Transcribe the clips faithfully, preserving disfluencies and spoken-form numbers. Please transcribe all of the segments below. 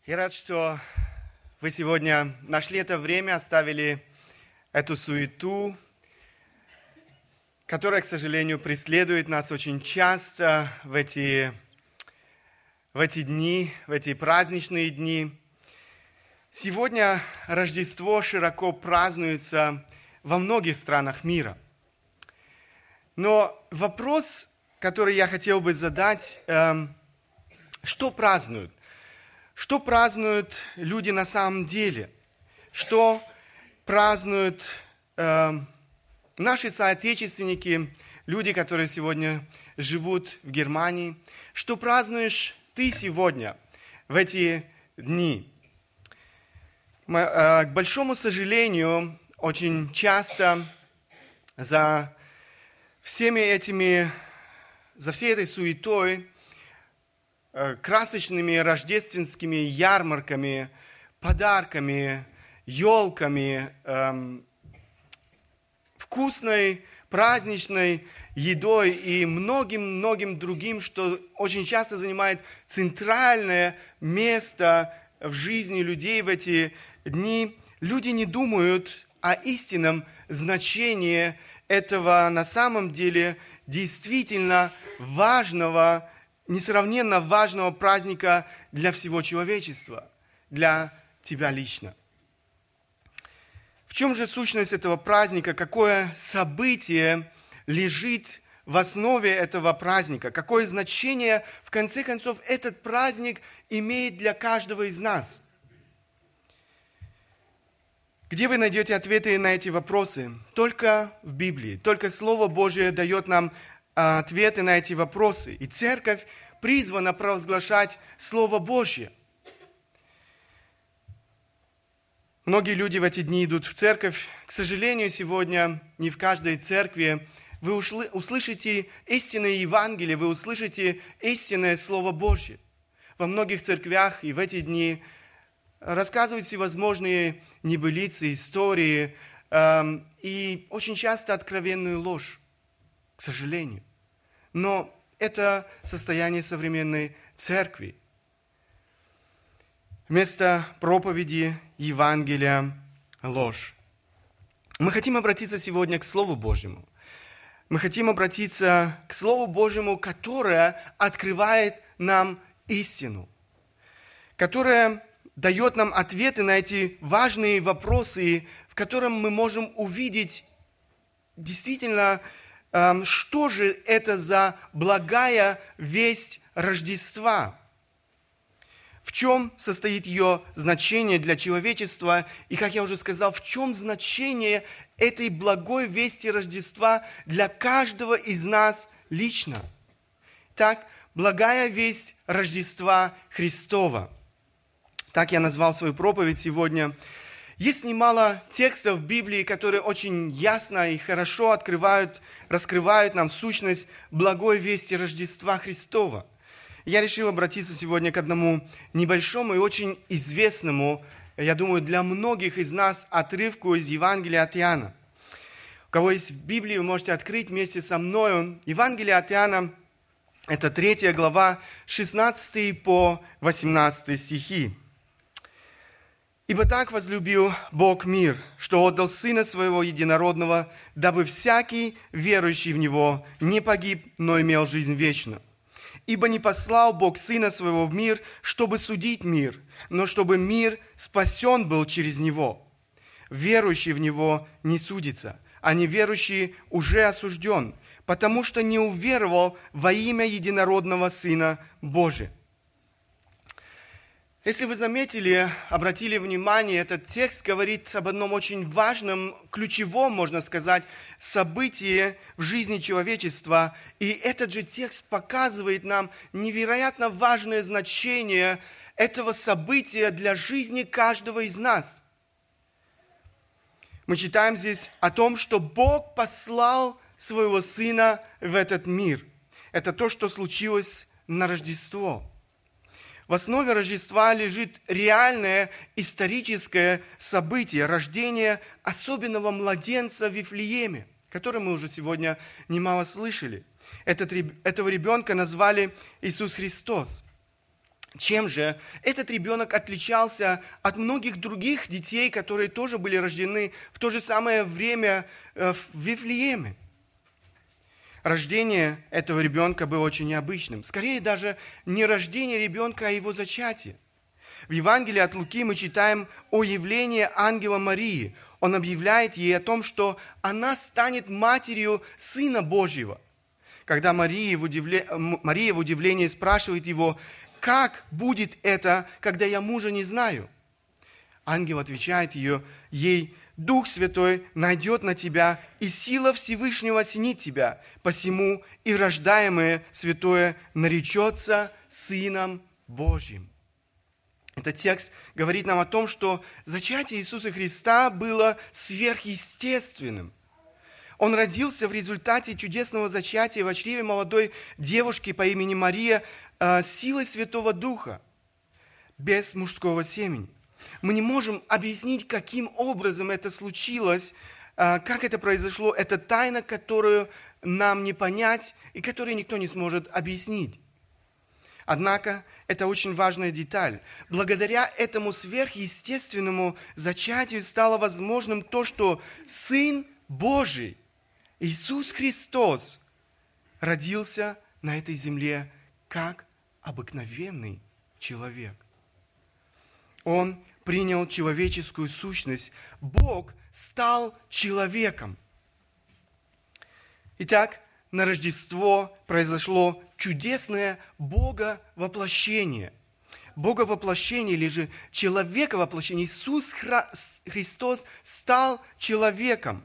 Я рад, что вы сегодня нашли это время, оставили эту суету, которая, к сожалению, преследует нас очень часто в эти, в эти дни, в эти праздничные дни. Сегодня Рождество широко празднуется во многих странах мира. Но вопрос, который я хотел бы задать, э, что празднуют? Что празднуют люди на самом деле? Что празднуют э, наши соотечественники, люди, которые сегодня живут в Германии? Что празднуешь ты сегодня, в эти дни? К большому сожалению, очень часто за всеми этими, за всей этой суетой, красочными рождественскими ярмарками, подарками, елками, эм, вкусной праздничной едой и многим-многим другим, что очень часто занимает центральное место в жизни людей в эти дни, люди не думают о истинном значении этого на самом деле действительно важного, несравненно важного праздника для всего человечества, для тебя лично. В чем же сущность этого праздника? Какое событие лежит в основе этого праздника? Какое значение, в конце концов, этот праздник имеет для каждого из нас? Где вы найдете ответы на эти вопросы? Только в Библии. Только Слово Божие дает нам ответы на эти вопросы. И церковь призвана провозглашать Слово Божье. Многие люди в эти дни идут в церковь. К сожалению, сегодня не в каждой церкви вы услышите истинное Евангелие, вы услышите истинное Слово Божье. Во многих церквях и в эти дни рассказывают всевозможные небылицы, истории эм, и очень часто откровенную ложь, к сожалению. Но это состояние современной церкви. Вместо проповеди Евангелия – ложь. Мы хотим обратиться сегодня к Слову Божьему. Мы хотим обратиться к Слову Божьему, которое открывает нам истину, которое дает нам ответы на эти важные вопросы, в котором мы можем увидеть действительно, что же это за благая весть Рождества? В чем состоит ее значение для человечества? И, как я уже сказал, в чем значение этой благой вести Рождества для каждого из нас лично? Так, благая весть Рождества Христова. Так я назвал свою проповедь сегодня. Есть немало текстов в Библии, которые очень ясно и хорошо открывают, раскрывают нам сущность благой вести Рождества Христова. Я решил обратиться сегодня к одному небольшому и очень известному, я думаю, для многих из нас отрывку из Евангелия от Иоанна. У кого есть в Библии, вы можете открыть вместе со мною. Евангелие от Иоанна, это третья глава, шестнадцатый по восемнадцатый стихи. «Ибо так возлюбил Бог мир, что отдал Сына Своего Единородного, дабы всякий, верующий в Него, не погиб, но имел жизнь вечную. Ибо не послал Бог Сына Своего в мир, чтобы судить мир, но чтобы мир спасен был через Него. Верующий в Него не судится, а неверующий уже осужден, потому что не уверовал во имя Единородного Сына Божия». Если вы заметили, обратили внимание, этот текст говорит об одном очень важном, ключевом, можно сказать, событии в жизни человечества. И этот же текст показывает нам невероятно важное значение этого события для жизни каждого из нас. Мы читаем здесь о том, что Бог послал своего Сына в этот мир. Это то, что случилось на Рождество. В основе Рождества лежит реальное историческое событие, рождение особенного младенца в Вифлееме, о котором мы уже сегодня немало слышали. Этот, этого ребенка назвали Иисус Христос. Чем же этот ребенок отличался от многих других детей, которые тоже были рождены в то же самое время в Вифлееме? Рождение этого ребенка было очень необычным. Скорее даже не рождение ребенка, а его зачатие. В Евангелии от Луки мы читаем о явлении ангела Марии. Он объявляет ей о том, что она станет матерью Сына Божьего. Когда Мария в, удивле... Мария в удивлении спрашивает его: «Как будет это, когда я мужа не знаю?» Ангел отвечает ее, ей: «Дух Святой найдет на тебя, и сила Всевышнего осенит тебя, посему и рождаемое Святое наречется Сыном Божьим». Этот текст говорит нам о том, что зачатие Иисуса Христа было сверхъестественным. Он родился в результате чудесного зачатия в чреве молодой девушки по имени Мария э, силой Святого Духа, без мужского семени. Мы не можем объяснить, каким образом это случилось, э, как это произошло. Это тайна, которую нам не понять и которую никто не сможет объяснить. Однако, это очень важная деталь. Благодаря этому сверхъестественному зачатию стало возможным то, что Сын Божий, Иисус Христос, родился на этой земле как обыкновенный человек. Он принял человеческую сущность. Бог стал человеком. Итак, на Рождество произошло чудесное Боговоплощение. Боговоплощение или же человековоплощение. Иисус Христос стал человеком.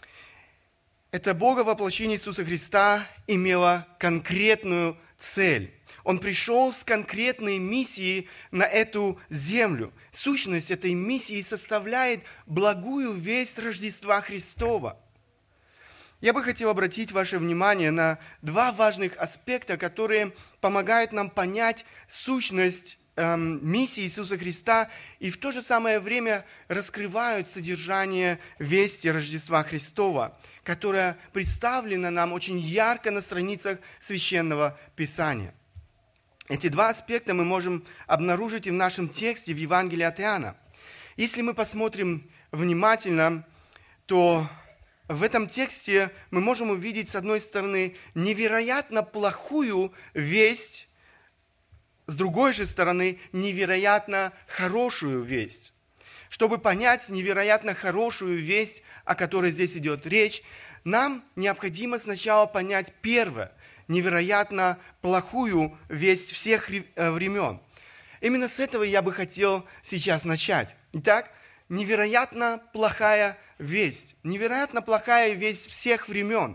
Это Боговоплощение Иисуса Христа имело конкретную цель. Он пришел с конкретной миссией на эту землю. Сущность этой миссии составляет благую весть Рождества Христова. Я бы хотел обратить ваше внимание на два важных аспекта, которые помогают нам понять сущность эм, миссии Иисуса Христа и в то же самое время раскрывают содержание вести Рождества Христова, которая представлена нам очень ярко на страницах Священного Писания. Эти два аспекта мы можем обнаружить и в нашем тексте в Евангелии от Иоанна. Если мы посмотрим внимательно, то в этом тексте мы можем увидеть, с одной стороны, невероятно плохую весть, с другой же стороны, невероятно хорошую весть. Чтобы понять невероятно хорошую весть, о которой здесь идет речь, нам необходимо сначала понять первое, невероятно плохую весть всех времен. Именно с этого я бы хотел сейчас начать. Итак, невероятно плохая весть. Невероятно плохая весть всех времен.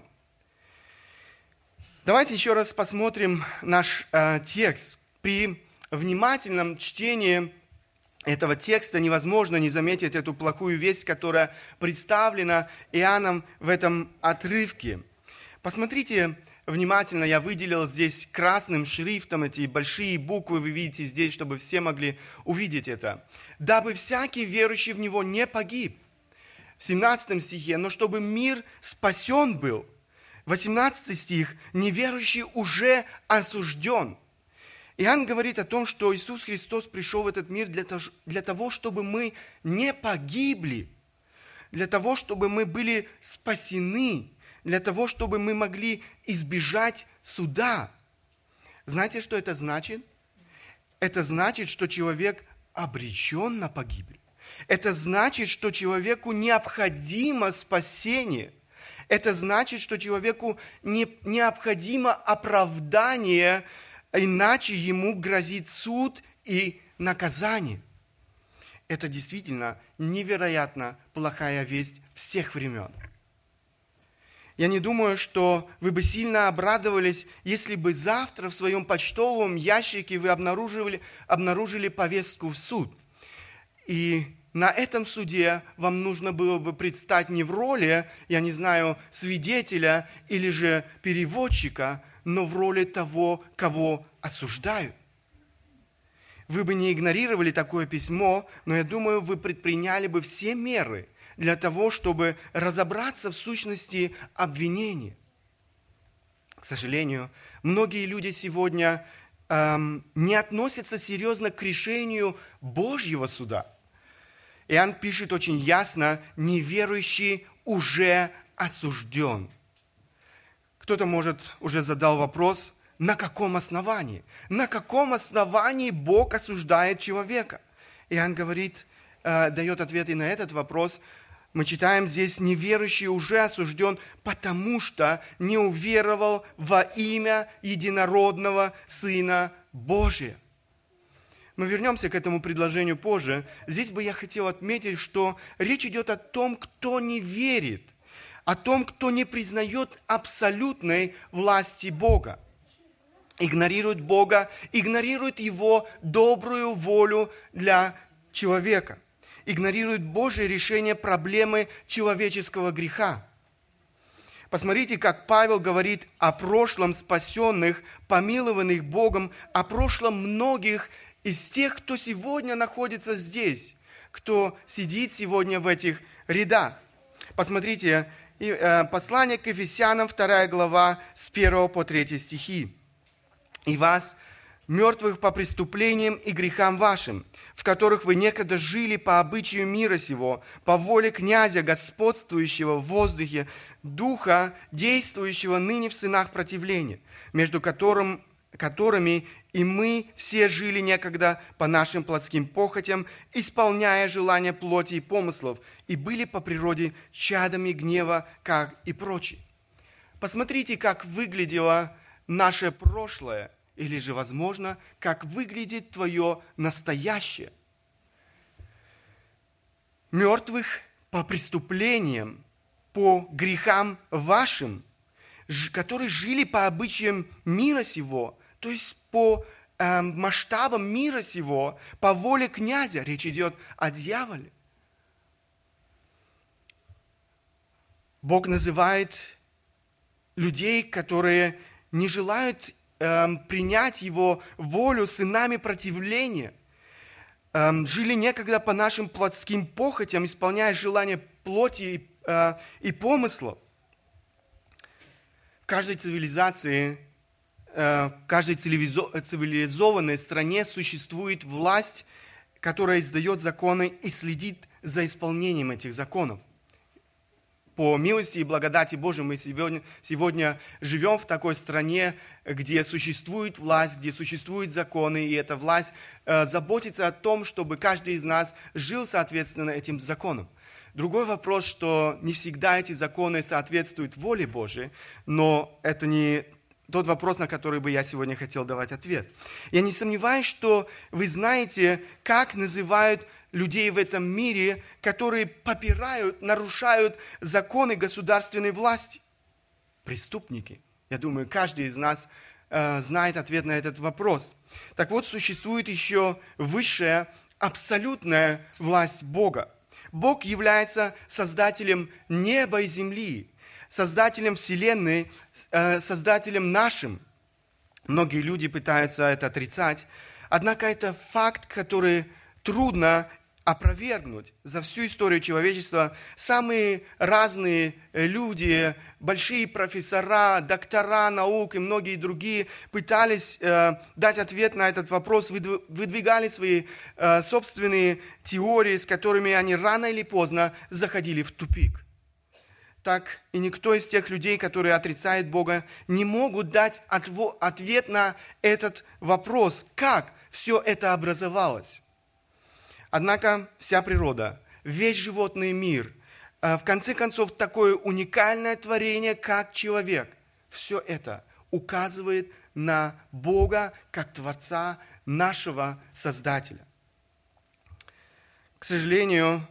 Давайте еще раз посмотрим наш э, текст. При внимательном чтении этого текста невозможно не заметить эту плохую весть, которая представлена Иоанном в этом отрывке. Посмотрите внимательно, я выделил здесь красным шрифтом эти большие буквы, вы видите здесь, чтобы все могли увидеть это. «Дабы всякий верующий в Него не погиб». В семнадцатом стихе, «но чтобы мир спасен был». восемнадцатый стих, «неверующий уже осужден». Иоанн говорит о том, что Иисус Христос пришел в этот мир для того, чтобы мы не погибли, для того, чтобы мы были спасены, для того, чтобы мы могли избежать суда. Знаете, что это значит? Это значит, что человек обречен на погибель. Это значит, что человеку необходимо спасение. Это значит, что человеку не, необходимо оправдание, иначе ему грозит суд и наказание. Это действительно невероятно плохая весть всех времен. Я не думаю, что вы бы сильно обрадовались, если бы завтра в своем почтовом ящике вы обнаружили, обнаружили повестку в суд. И на этом суде вам нужно было бы предстать не в роли, я не знаю, свидетеля или же переводчика, но в роли того, кого осуждают. Вы бы не игнорировали такое письмо, но я думаю, вы предприняли бы все меры для того, чтобы разобраться в сущности обвинения. К сожалению, многие люди сегодня эм, не относятся серьезно к решению Божьего суда. Иоанн пишет очень ясно: неверующий уже осужден. Кто-то, может, уже задал вопрос: на каком основании? На каком основании Бог осуждает человека? Иоанн говорит, э, дает ответ и на этот вопрос. Мы читаем здесь: неверующий уже осужден, потому что не уверовал во имя единородного Сына Божия. Мы вернемся к этому предложению позже. Здесь бы я хотел отметить, что речь идет о том, кто не верит, о том, кто не признает абсолютной власти Бога, игнорирует Бога, игнорирует Его добрую волю для человека, игнорирует Божье решение проблемы человеческого греха. Посмотрите, как Павел говорит о прошлом спасенных, помилованных Богом, о прошлом многих из тех, кто сегодня находится здесь, кто сидит сегодня в этих рядах. Посмотрите, послание к Ефесянам, вторая глава, с первого по третий стихи. «И вас, мертвых по преступлениям и грехам вашим, в которых вы некогда жили по обычаю мира сего, по воле князя, господствующего в воздухе, духа, действующего ныне в сынах противления, между которым, которыми и мы все жили некогда по нашим плотским похотям, исполняя желания плоти и помыслов, и были по природе чадами гнева, как и прочие». Посмотрите, как выглядело наше прошлое, или же, возможно, как выглядит твое настоящее. Мертвых по преступлениям, по грехам вашим, которые жили по обычаям мира сего, то есть по э, масштабам мира сего, по воле князя. Речь идет о дьяволе. Бог называет людей, которые не желают э, принять Его волю, сынами противления. Э, жили некогда по нашим плотским похотям, исполняя желания плоти и, э, и помыслов. В каждой цивилизации, в каждой цивилизованной стране существует власть, которая издает законы и следит за исполнением этих законов. По милости и благодати Божией мы сегодня, сегодня живем в такой стране, где существует власть, где существуют законы, и эта власть э, заботится о том, чтобы каждый из нас жил соответственно этим законам. Другой вопрос, что не всегда эти законы соответствуют воле Божией, но это не тот вопрос, на который бы я сегодня хотел давать ответ. Я не сомневаюсь, что вы знаете, как называют людей в этом мире, которые попирают, нарушают законы государственной власти. Преступники. Я думаю, каждый из нас э, знает ответ на этот вопрос. Так вот, существует еще высшая, абсолютная власть Бога. Бог является создателем неба и земли, создателем вселенной, создателем нашим. Многие люди пытаются это отрицать, однако это факт, который трудно опровергнуть. За всю историю человечества самые разные люди, большие профессора, доктора наук и многие другие пытались э, дать ответ на этот вопрос, выдвигали свои э, собственные теории, с которыми они рано или поздно заходили в тупик. Так и никто из тех людей, которые отрицают Бога, не могут дать отво- ответ на этот вопрос, как все это образовалось. Однако вся природа, весь животный мир, в конце концов, такое уникальное творение, как человек, все это указывает на Бога, как Творца, нашего Создателя. К сожалению,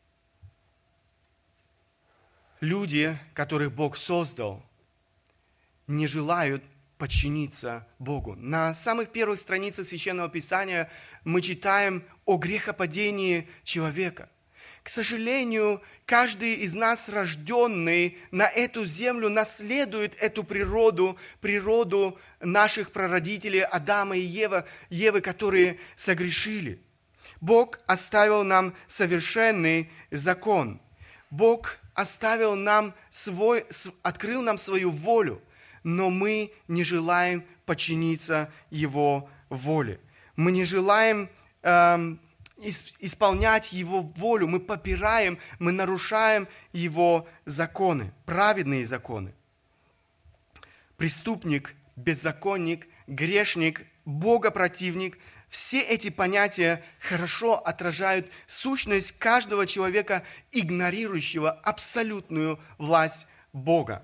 люди, которых Бог создал, не желают подчиниться Богу. На самых первых страницах Священного Писания мы читаем о грехопадении человека. К сожалению, каждый из нас, рожденный на эту землю, наследует эту природу, природу наших прародителей Адама и Евы, Евы, которые согрешили. Бог оставил нам совершенный закон. Бог оставил нам свой, открыл нам свою волю, но мы не желаем подчиниться Его воле. Мы не желаем эм, исполнять Его волю, мы попираем, мы нарушаем Его законы, праведные законы. Преступник, беззаконник, грешник, богопротивник – все эти понятия хорошо отражают сущность каждого человека, игнорирующего абсолютную власть Бога.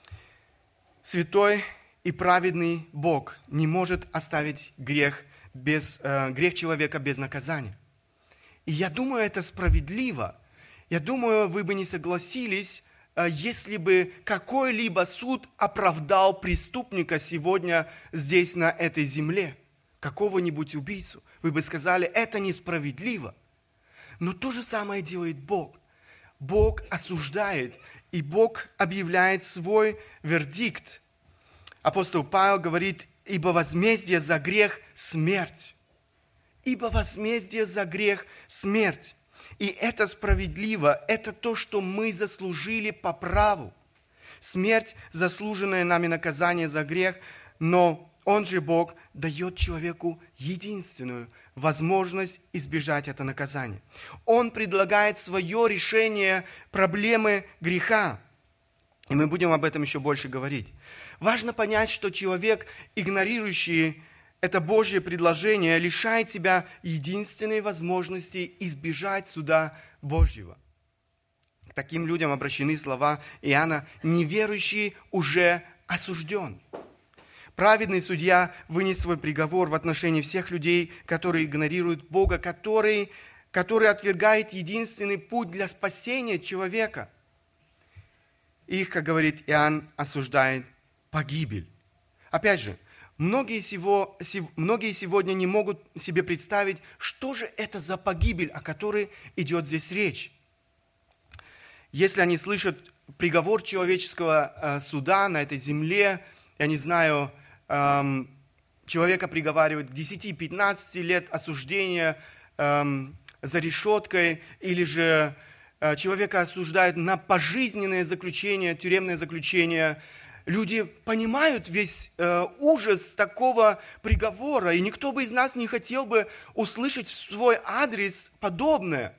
Святой и праведный Бог не может оставить грех, без, э, грех человека без наказания. И я думаю, это справедливо. Я думаю, вы бы не согласились, э, если бы какой-либо суд оправдал преступника сегодня здесь, на этой земле, какого-нибудь убийцу. Вы бы сказали, это несправедливо. Но то же самое делает Бог. Бог осуждает, и Бог объявляет свой вердикт. Апостол Павел говорит, ибо возмездие за грех – смерть. Ибо возмездие за грех – смерть. И это справедливо, это то, что мы заслужили по праву. Смерть – заслуженное нами наказание за грех, но Он же, Бог, дает человеку единственную возможность избежать это наказание. Он предлагает свое решение проблемы греха. И мы будем об этом еще больше говорить. Важно понять, что человек, игнорирующий это Божье предложение, лишает себя единственной возможности избежать суда Божьего. К таким людям обращены слова Иоанна: «Неверующий уже осужден». Праведный судья вынес свой приговор в отношении всех людей, которые игнорируют Бога, который, который отвергает единственный путь для спасения человека. Их, как говорит Иоанн, осуждает погибель. Опять же, многие, сего, многие сегодня не могут себе представить, что же это за погибель, о которой идет здесь речь. Если они слышат приговор человеческого суда на этой земле, я не знаю, эм, человека приговаривают к десяти-пятнадцати лет осуждения эм, за решеткой, или же э, человека осуждают на пожизненное заключение, тюремное заключение. Люди понимают весь э, ужас такого приговора, и никто бы из нас не хотел бы услышать в свой адрес подобное.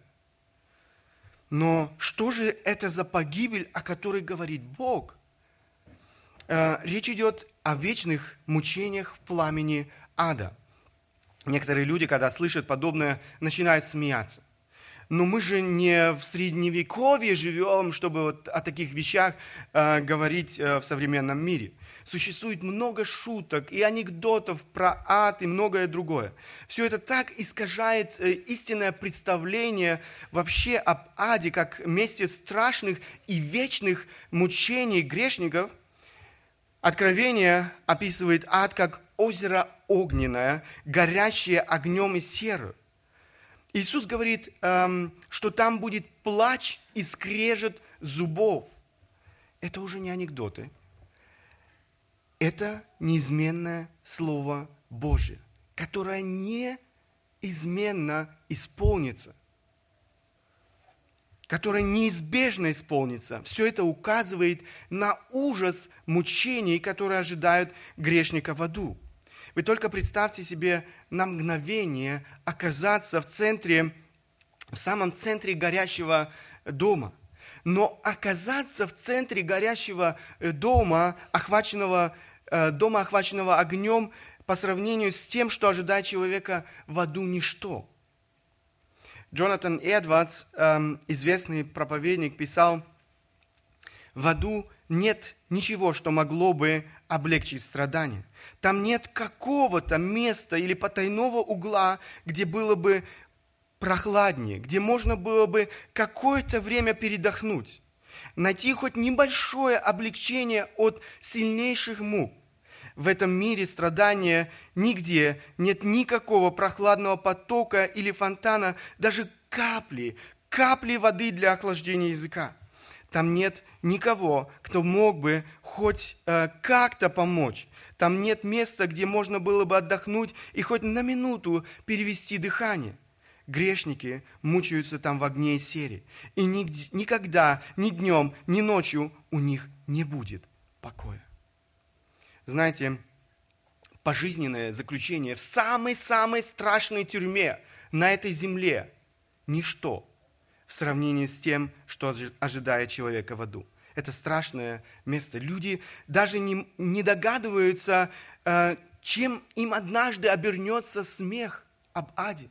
Но что же это за погибель, о которой говорит Бог? Э, речь идет о вечных мучениях в пламени ада. Некоторые люди, когда слышат подобное, начинают смеяться. Но мы же не в Средневековье живем, чтобы вот о таких вещах э, говорить э, в современном мире. Существует много шуток и анекдотов про ад и многое другое. Все это так искажает э, истинное представление вообще об аде, как месте страшных и вечных мучений грешников. Откровение описывает ад как озеро огненное, горящее огнем и серой. Иисус говорит, эм, что там будет плач и скрежет зубов. Это уже не анекдоты. Это неизменное Слово Божие, которое неизменно исполнится, которое неизбежно исполнится. Все это указывает на ужас мучений, которые ожидают грешника в аду. Вы только представьте себе на мгновение оказаться в центре, в самом центре горящего дома. Но оказаться в центре горящего дома, охваченного, дома, охваченного огнем, по сравнению с тем, что ожидает человека в аду, ничто. Джонатан Эдвардс, известный проповедник, писал: «В аду нет ничего, что могло бы облегчить страдания. Там нет какого-то места или потайного угла, где было бы прохладнее, где можно было бы какое-то время передохнуть, найти хоть небольшое облегчение от сильнейших мук. В этом мире страдания нигде нет никакого прохладного потока или фонтана, даже капли, капли воды для охлаждения языка. Там нет никого, кто мог бы хоть э, как-то помочь. Там нет места, где можно было бы отдохнуть и хоть на минуту перевести дыхание. Грешники мучаются там в огне и сере. И ни, никогда, ни днем, ни ночью у них не будет покоя». Знаете, пожизненное заключение в самой-самой страшной тюрьме на этой земле – ничто в сравнении с тем, что ожидает человека в аду. Это страшное место. Люди даже не, не догадываются, э, чем им однажды обернется смех об аде.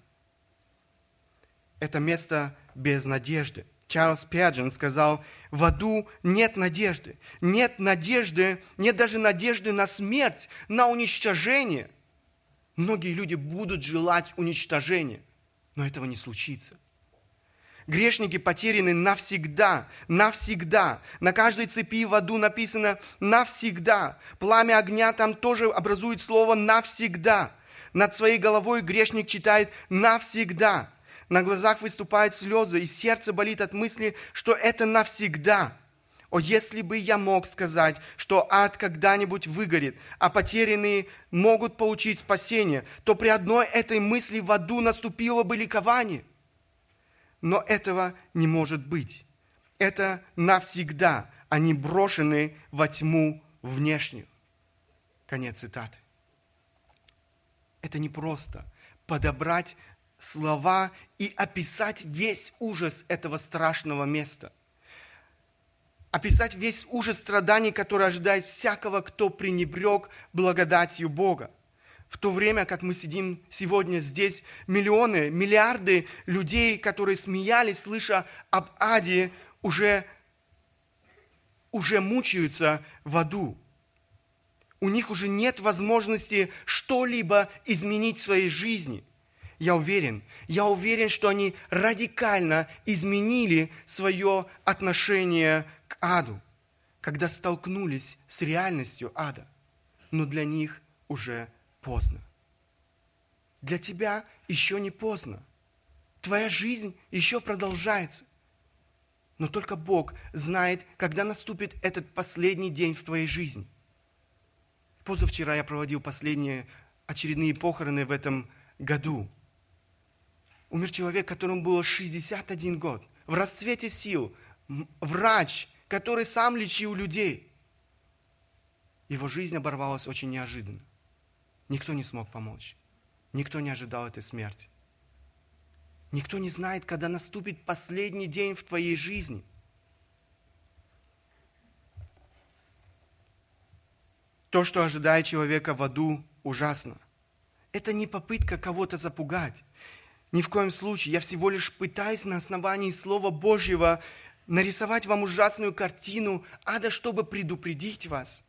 Это место без надежды. Чарльз Спержен сказал: в аду нет надежды. Нет надежды, нет даже надежды на смерть, на уничтожение. Многие люди будут желать уничтожения, но этого не случится. Грешники потеряны навсегда, навсегда. На каждой цепи в аду написано «навсегда». Пламя огня там тоже образует слово «навсегда». Над своей головой грешник читает «навсегда». На глазах выступают слезы, и сердце болит от мысли, что это навсегда. О, если бы я мог сказать, что ад когда-нибудь выгорит, а потерянные могут получить спасение, то при одной этой мысли в аду наступило бы ликование. Но этого не может быть. Это навсегда. Они брошены во тьму внешнюю. Конец цитаты. Это не просто подобрать слова и описать весь ужас этого страшного места. Описать весь ужас страданий, который ожидает всякого, кто пренебрег благодатью Бога. В то время, как мы сидим сегодня здесь, миллионы, миллиарды людей, которые смеялись, слыша об аде, уже, уже мучаются в аду. У них уже нет возможности что-либо изменить в своей жизни. Я уверен, я уверен, что они радикально изменили свое отношение к аду, когда столкнулись с реальностью ада. Но для них уже поздно. Для тебя еще не поздно. Твоя жизнь еще продолжается. Но только Бог знает, когда наступит этот последний день в твоей жизни. Позавчера я проводил последние очередные похороны в этом году. Умер человек, которому было шестьдесят один год. В расцвете сил. Врач, который сам лечил людей. Его жизнь оборвалась очень неожиданно. Никто не смог помочь. Никто не ожидал этой смерти. Никто не знает, когда наступит последний день в твоей жизни. То, что ожидает человека в аду, ужасно. Это не попытка кого-то запугать. Ни в коем случае. Я всего лишь пытаюсь на основании Слова Божьего нарисовать вам ужасную картину ада, чтобы предупредить вас.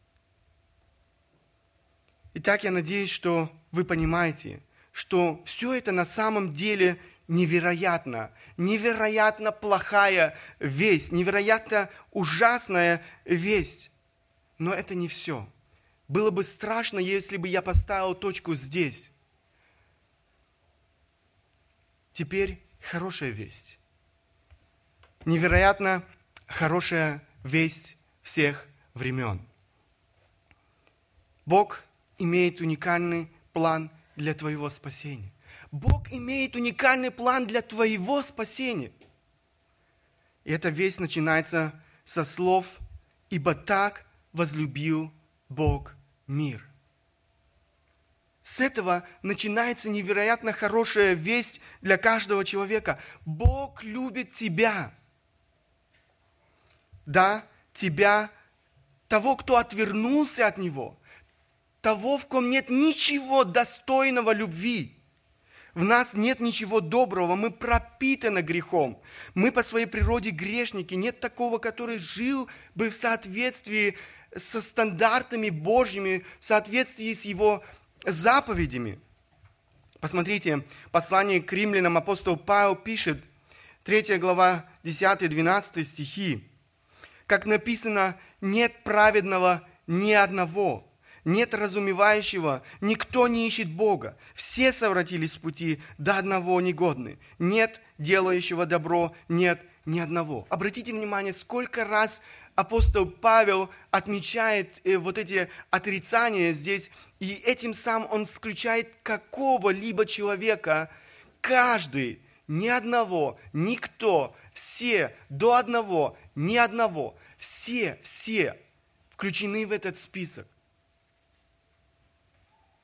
Итак, я надеюсь, что вы понимаете, что все это на самом деле невероятно, невероятно плохая весть, невероятно ужасная весть. Но это не все. Было бы страшно, если бы я поставил точку здесь. Теперь хорошая весть. Невероятно хорошая весть всех времен. Бог имеет уникальный план для твоего спасения. Бог имеет уникальный план для твоего спасения. И эта весть начинается со слов «Ибо так возлюбил Бог мир». С этого начинается невероятно хорошая весть для каждого человека. Бог любит тебя. Да, тебя, того, кто отвернулся от Него, того, в ком нет ничего достойного любви. В нас нет ничего доброго, мы пропитаны грехом. Мы по своей природе грешники. Нет такого, который жил бы в соответствии со стандартами Божьими, в соответствии с Его заповедями. Посмотрите, послание к римлянам апостол Павел пишет, третья глава, десятый-двенадцатый стихи. Как написано, нет праведного ни одного, нет разумевающего, никто не ищет Бога. Все совратились с пути, до одного негодны. Нет делающего добро, нет ни одного. Обратите внимание, сколько раз апостол Павел отмечает вот эти отрицания здесь, и этим сам он исключает какого-либо человека. Каждый, ни одного, никто, все, до одного, ни одного, все, все включены в этот список.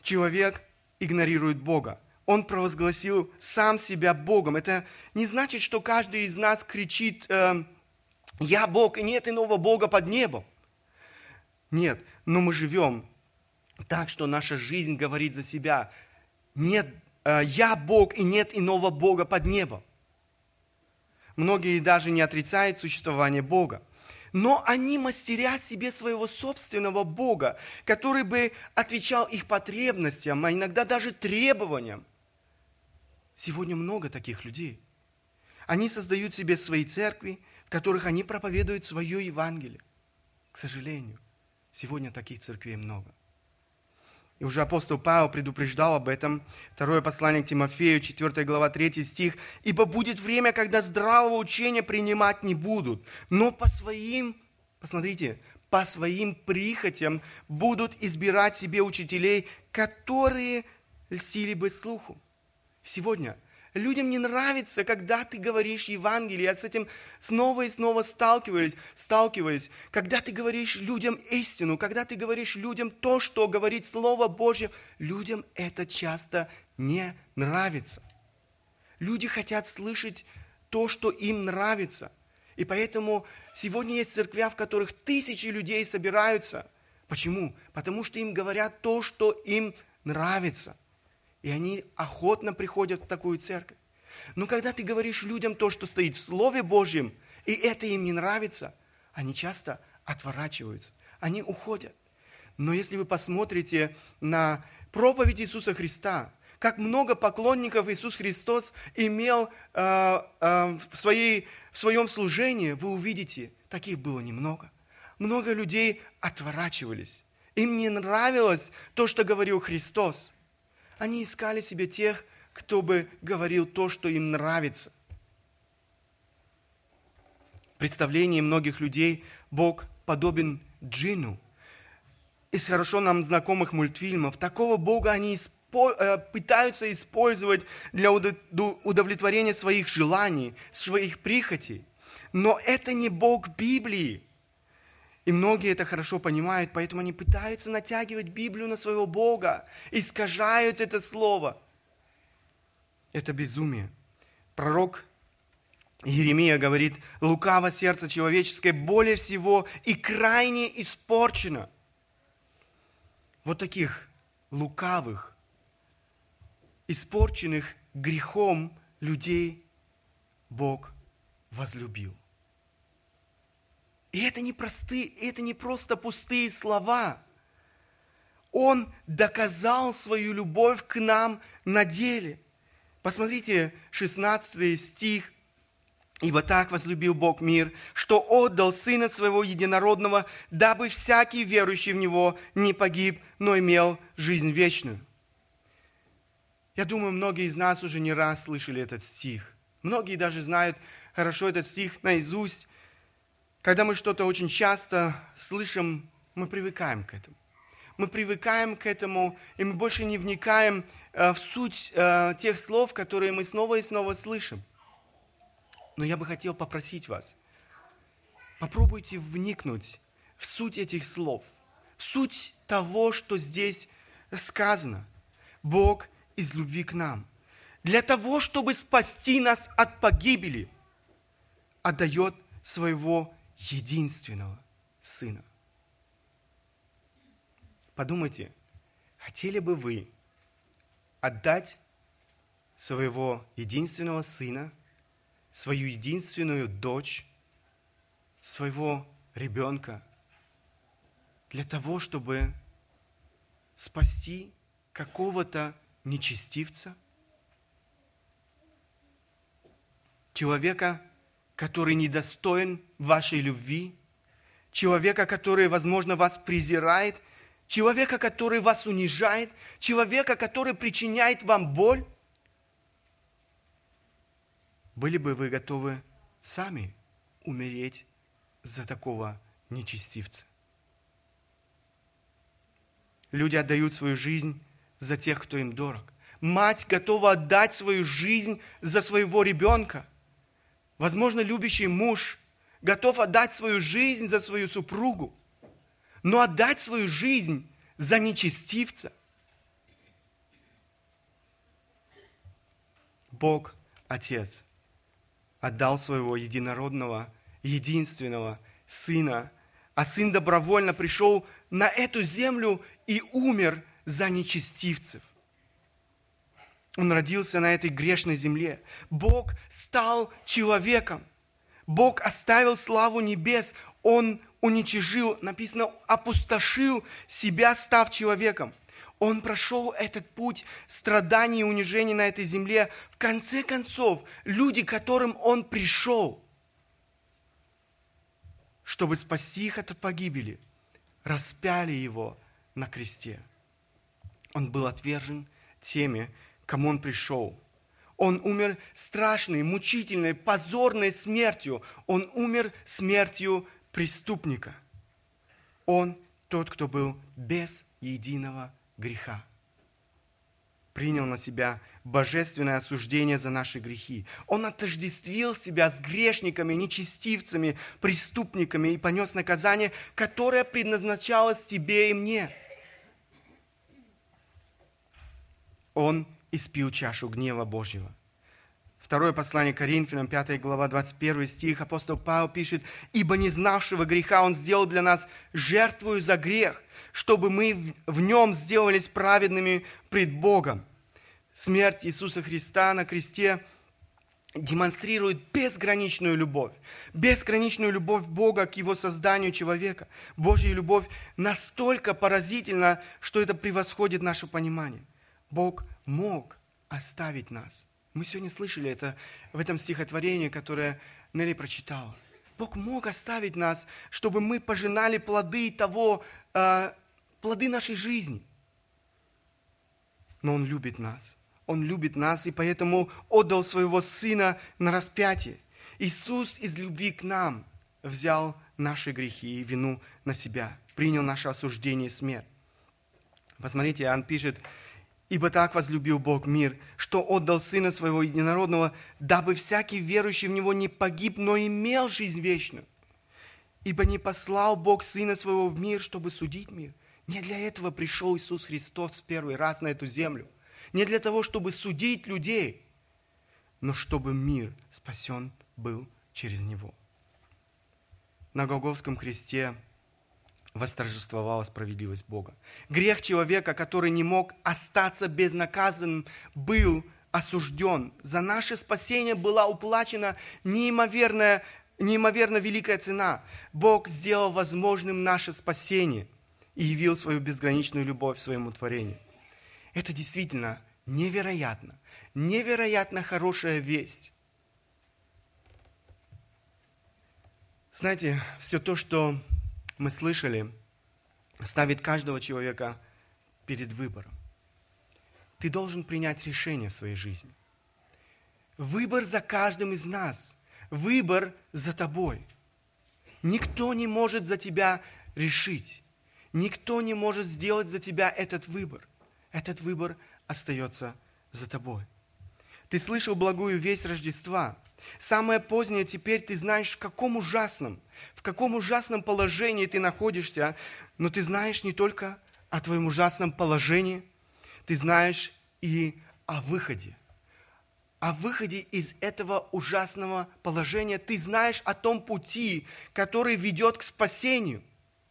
человек игнорирует Бога. Он провозгласил сам себя Богом. Это не значит, что каждый из нас кричит э, «Я Бог, и нет иного Бога под небом». Нет, но мы живем так, что наша жизнь говорит за себя. Нет, э, «Я Бог, и нет иного Бога под небом». Многие даже не отрицают существование Бога. Но они мастерят себе своего собственного Бога, который бы отвечал их потребностям, а иногда даже требованиям. Сегодня много таких людей. Они создают себе свои церкви, в которых они проповедуют свое Евангелие. К сожалению, сегодня таких церквей много. И уже апостол Павел предупреждал об этом. Второе послание к Тимофею, четвёртая глава, третий стих. «Ибо будет время, когда здравого учения принимать не будут, но по своим, посмотрите, по своим прихотям будут избирать себе учителей, которые льстили бы слуху». Сегодня людям не нравится, когда ты говоришь Евангелие. Я с этим снова и снова сталкиваюсь, сталкиваюсь. Когда ты говоришь людям истину, когда ты говоришь людям то, что говорит Слово Божье, людям это часто не нравится. Люди хотят слышать то, что им нравится. И поэтому сегодня есть церкви, в которых тысячи людей собираются. Почему? Потому что им говорят то, что им нравится. И они охотно приходят в такую церковь. Но когда ты говоришь людям то, что стоит в Слове Божьем, и это им не нравится, они часто отворачиваются, они уходят. Но если вы посмотрите на проповедь Иисуса Христа, как много поклонников Иисус Христос имел э, э, в, своей, в своем служении, вы увидите, таких было немного. Много людей отворачивались. Им не нравилось то, что говорил Христос. Они искали себе тех, кто бы говорил то, что им нравится. В представлении многих людей Бог подобен джинну. Из хорошо нам знакомых мультфильмов такого Бога они испо- пытаются использовать для удовлетворения своих желаний, своих прихотей. Но это не Бог Библии. И многие это хорошо понимают, поэтому они пытаются натягивать Библию на своего Бога, искажают это слово. Это безумие. Пророк Иеремия говорит: «Лукаво сердце человеческое более всего и крайне испорчено». Вот таких лукавых, испорченных грехом людей Бог возлюбил. И это не простые, это не просто пустые слова. Он доказал свою любовь к нам на деле. Посмотрите, шестнадцатый стих. «Ибо так возлюбил Бог мир, что отдал Сына Своего Единородного, дабы всякий верующий в Него не погиб, но имел жизнь вечную». Я думаю, многие из нас уже не раз слышали этот стих. Многие даже знают хорошо этот стих наизусть. Когда мы что-то очень часто слышим, мы привыкаем к этому. Мы привыкаем к этому, и мы больше не вникаем в суть тех слов, которые мы снова и снова слышим. Но я бы хотел попросить вас, попробуйте вникнуть в суть этих слов, в суть того, что здесь сказано. Бог из любви к нам, для того, чтобы спасти нас от погибели, отдает своего единственного Сына. Подумайте, хотели бы вы отдать своего единственного Сына, свою единственную дочь, своего ребенка для того, чтобы спасти какого-то нечестивца? Человека, который недостоин вашей любви, человека, который, возможно, вас презирает, человека, который вас унижает, человека, который причиняет вам боль? Были бы вы готовы сами умереть за такого нечестивца? Люди отдают свою жизнь за тех, кто им дорог. Мать готова отдать свою жизнь за своего ребенка. Возможно, любящий муж готов отдать свою жизнь за свою супругу. Но отдать свою жизнь за нечестивца Бог, Отец, отдал своего единородного, единственного Сына, а Сын добровольно пришел на эту землю и умер за нечестивцев. Он родился на этой грешной земле. Бог стал человеком. Бог оставил славу небес. Он уничижил, написано, опустошил себя, став человеком. Он прошел этот путь страданий и унижений на этой земле. В конце концов, люди, к которым Он пришел, чтобы спасти их от погибели, распяли Его на кресте. Он был отвержен теми, к кому Он пришел. Он умер страшной, мучительной, позорной смертью. Он умер смертью преступника. Он тот, кто был без единого греха. Принял на себя божественное осуждение за наши грехи. Он отождествил себя с грешниками, нечестивцами, преступниками и понес наказание, которое предназначалось тебе и мне. Он испил чашу гнева Божьего. Второе послание Коринфянам, пятая глава, двадцать первый стих, апостол Павел пишет: «Ибо не знавшего греха Он сделал для нас жертвою за грех, чтобы мы в нем сделались праведными пред Богом». Смерть Иисуса Христа на кресте демонстрирует безграничную любовь. Безграничную любовь Бога к Его созданию человека. Божья любовь настолько поразительна, что это превосходит наше понимание. Бог мог оставить нас. Мы сегодня слышали это в этом стихотворении, которое Нелли прочитала. Бог мог оставить нас, чтобы мы пожинали плоды того, э, плоды нашей жизни. Но Он любит нас. Он любит нас, и поэтому отдал своего Сына на распятие. Иисус из любви к нам взял наши грехи и вину на себя, принял наше осуждение и смерть. Посмотрите, Иоанн пишет: «Ибо так возлюбил Бог мир, что отдал Сына Своего Единородного, дабы всякий верующий в Него не погиб, но имел жизнь вечную. Ибо не послал Бог Сына Своего в мир, чтобы судить мир». Не для этого пришел Иисус Христос в первый раз на эту землю. Не для того, чтобы судить людей, но чтобы мир спасен был через Него. На Голгофском кресте восторжествовала справедливость Бога. Грех человека, который не мог остаться безнаказанным, был осужден. За наше спасение была уплачена неимоверная, неимоверно великая цена. Бог сделал возможным наше спасение и явил свою безграничную любовь своему творению. Это действительно невероятно, невероятно хорошая весть. Знаете, все то, что мы слышали, ставит каждого человека перед выбором. Ты должен принять решение в своей жизни. Выбор за каждым из нас. Выбор за тобой. Никто не может за тебя решить. Никто не может сделать за тебя этот выбор. Этот выбор остается за тобой. Ты слышал благую весть Рождества. Самое позднее теперь ты знаешь, в каком ужасном, в каком ужасном положении ты находишься, но ты знаешь не только о твоем ужасном положении, ты знаешь и о выходе. О выходе из этого ужасного положения. Ты знаешь о том пути, который ведет к спасению.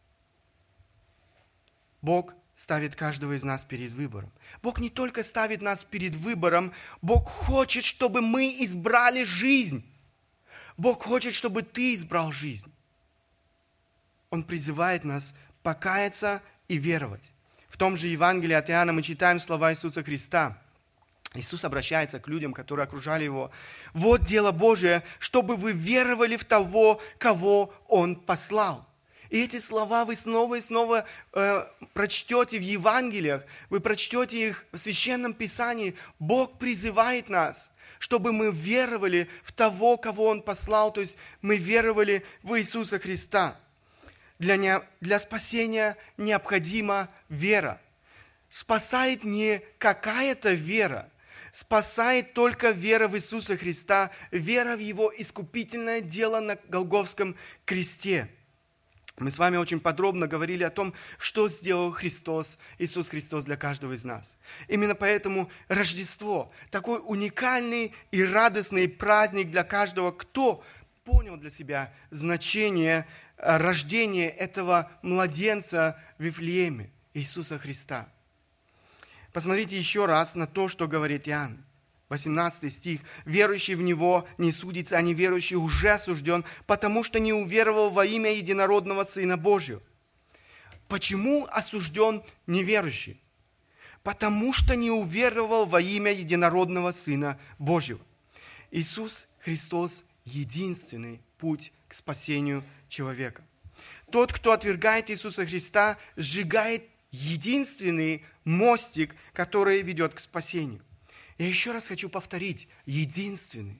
Бог ставит каждого из нас перед выбором. Бог не только ставит нас перед выбором, Бог хочет, чтобы мы избрали жизнь. Бог хочет, чтобы ты избрал жизнь. Он призывает нас покаяться и веровать. В том же Евангелии от Иоанна мы читаем слова Иисуса Христа. Иисус обращается к людям, которые окружали Его. «Вот дело Божие, чтобы вы веровали в того, кого Он послал». И эти слова вы снова и снова э, прочтете в Евангелиях, вы прочтете их в Священном Писании. Бог призывает нас, чтобы мы веровали в того, кого Он послал, то есть мы веровали в Иисуса Христа. Для, не, для спасения необходима вера. Спасает не какая-то вера, спасает только вера в Иисуса Христа, вера в Его искупительное дело на Голгофском кресте. Мы с вами очень подробно говорили о том, что сделал Христос, Иисус Христос для каждого из нас. Именно поэтому Рождество – такой уникальный и радостный праздник для каждого, кто понял для себя значение рождения этого младенца в Вифлееме, Иисуса Христа. Посмотрите еще раз на то, что говорит Иоанн. восемнадцатый стих. «Верующий в Него не судится, а неверующий уже осужден, потому что не уверовал во имя единородного Сына Божьего». Почему осужден неверующий? Потому что не уверовал во имя единородного Сына Божьего. Иисус Христос – единственный путь к спасению человека. Тот, кто отвергает Иисуса Христа, сжигает единственный мостик, который ведет к спасению. Я еще раз хочу повторить, единственный.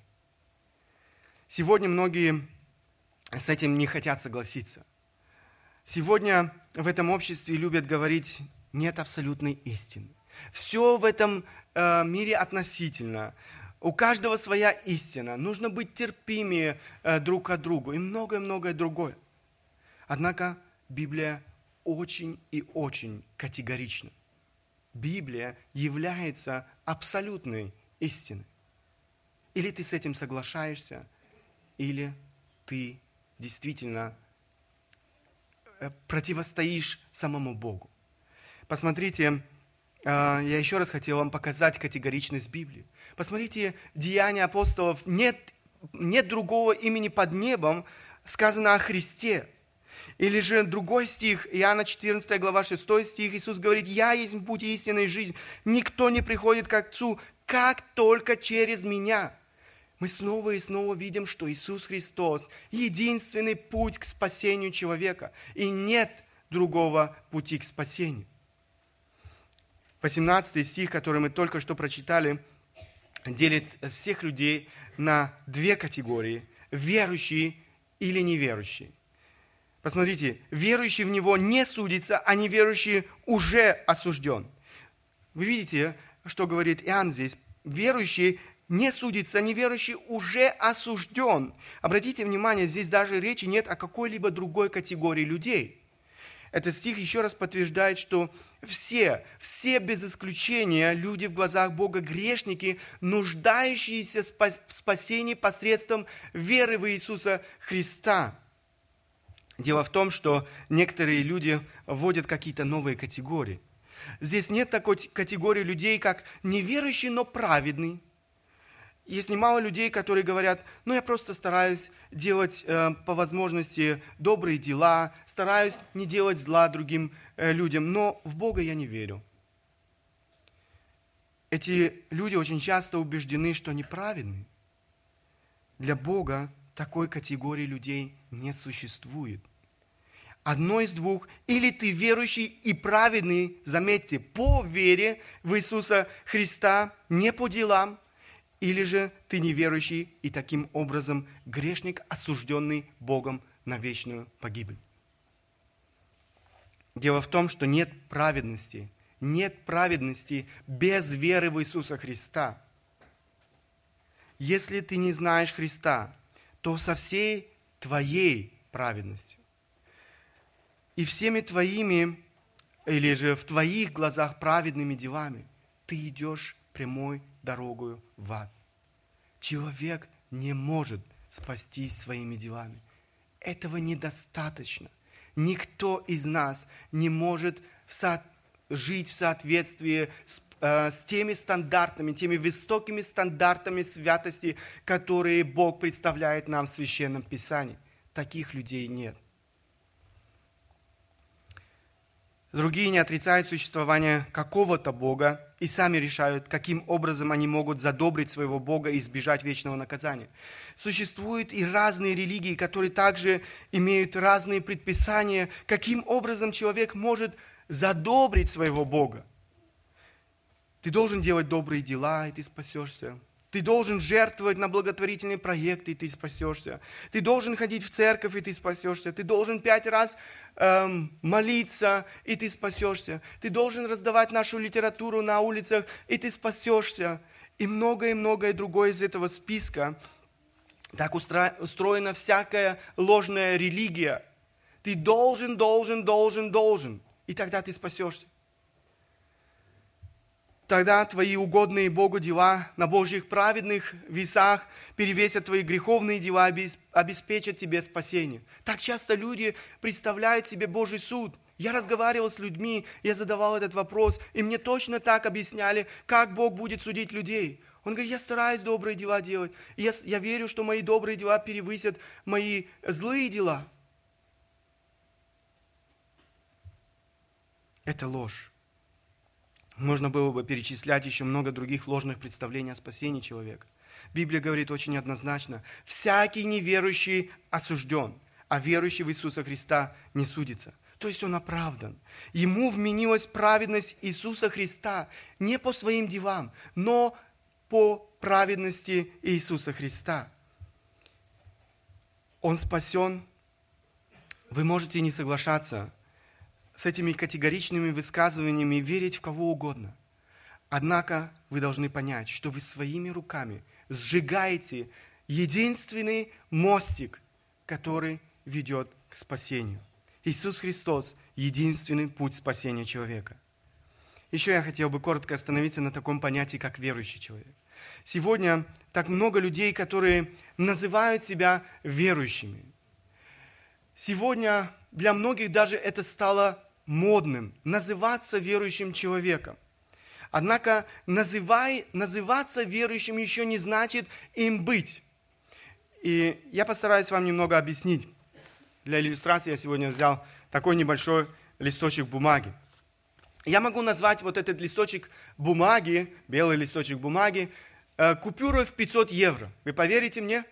Сегодня многие с этим не хотят согласиться. Сегодня в этом обществе любят говорить, нет абсолютной истины. Все в этом э, мире относительно. У каждого своя истина. Нужно быть терпимее э, друг к другу и многое-многое другое. Однако Библия очень и очень категорична. Библия является абсолютной истиной. Или ты с этим соглашаешься, или ты действительно противостоишь самому Богу. Посмотрите, я еще раз хотел вам показать категоричность Библии. Посмотрите, Деяния апостолов. Нет, нет другого имени под небом, сказано о Христе. Или же другой стих, Иоанна четырнадцатая глава, шестой стих, Иисус говорит, «Я есть путь истины и жизнь. Никто не приходит к Отцу, как только через Меня». Мы снова и снова видим, что Иисус Христос – единственный путь к спасению человека. И нет другого пути к спасению. восемнадцатый стих, который мы только что прочитали, делит всех людей на две категории – верующие или неверующие. Посмотрите, верующий в Него не судится, а неверующий уже осужден. Вы видите, что говорит Иоанн здесь? Верующий не судится, а неверующий уже осужден. Обратите внимание, здесь даже речи нет о какой-либо другой категории людей. Этот стих еще раз подтверждает, что все, все без исключения люди в глазах Бога грешники, нуждающиеся в спасении посредством веры в Иисуса Христа. Дело в том, что некоторые люди вводят какие-то новые категории. Здесь нет такой категории людей, как неверующий, но праведный. Есть немало людей, которые говорят, ну я просто стараюсь делать э, по возможности добрые дела, стараюсь не делать зла другим э, людям, но в Бога я не верю. Эти люди очень часто убеждены, что они праведны. Для Бога такой категории людей не существует. Одно из двух, или ты верующий и праведный, заметьте, по вере в Иисуса Христа, не по делам, или же ты неверующий и таким образом грешник, осужденный Богом на вечную погибель. Дело в том, что нет праведности, нет праведности без веры в Иисуса Христа. Если ты не знаешь Христа, то со всей твоей праведностью и всеми твоими, или же в твоих глазах праведными делами, ты идешь прямой дорогою в ад. Человек не может спастись своими делами. Этого недостаточно. Никто из нас не может со- жить в соответствии с, э, с теми стандартами, теми высокими стандартами святости, которые Бог представляет нам в Священном Писании. Таких людей нет. Другие не отрицают существование какого-то Бога и сами решают, каким образом они могут задобрить своего Бога и избежать вечного наказания. Существуют и разные религии, которые также имеют разные предписания, каким образом человек может задобрить своего Бога. Ты должен делать добрые дела, и ты спасешься. Ты должен жертвовать на благотворительные проекты, и ты спасешься. Ты должен ходить в церковь, и ты спасешься. Ты должен пять раз эм, молиться, и ты спасешься. Ты должен раздавать нашу литературу на улицах, и ты спасешься. И многое-многое другое из этого списка. Так устро... устроена всякая ложная религия. Ты должен, должен, должен, должен. И тогда ты спасешься. Тогда твои угодные Богу дела на Божьих праведных весах перевесят твои греховные дела, обеспечат тебе спасение. Так часто люди представляют себе Божий суд. Я разговаривал с людьми, я задавал этот вопрос, и мне точно так объясняли, как Бог будет судить людей. Он говорит, я стараюсь добрые дела делать, и я, я верю, что мои добрые дела перевысят мои злые дела. Это ложь. Можно было бы перечислять еще много других ложных представлений о спасении человека. Библия говорит очень однозначно, всякий неверующий осужден, а верующий в Иисуса Христа не судится. То есть он оправдан. Ему вменилась праведность Иисуса Христа не по своим делам, но по праведности Иисуса Христа. Он спасен. Вы можете не соглашаться с этими категоричными высказываниями и верить в кого угодно. Однако вы должны понять, что вы своими руками сжигаете единственный мостик, который ведет к спасению. Иисус Христос – единственный путь спасения человека. Еще я хотел бы коротко остановиться на таком понятии, как верующий человек. Сегодня так много людей, которые называют себя верующими. Сегодня для многих даже это стало модным – называться верующим человеком. Однако называй, называться верующим еще не значит им быть. И я постараюсь вам немного объяснить. Для иллюстрации я сегодня взял такой небольшой листочек бумаги. Я могу назвать вот этот листочек бумаги, белый листочек бумаги, купюрой в пятьсот евро. Вы поверите мне?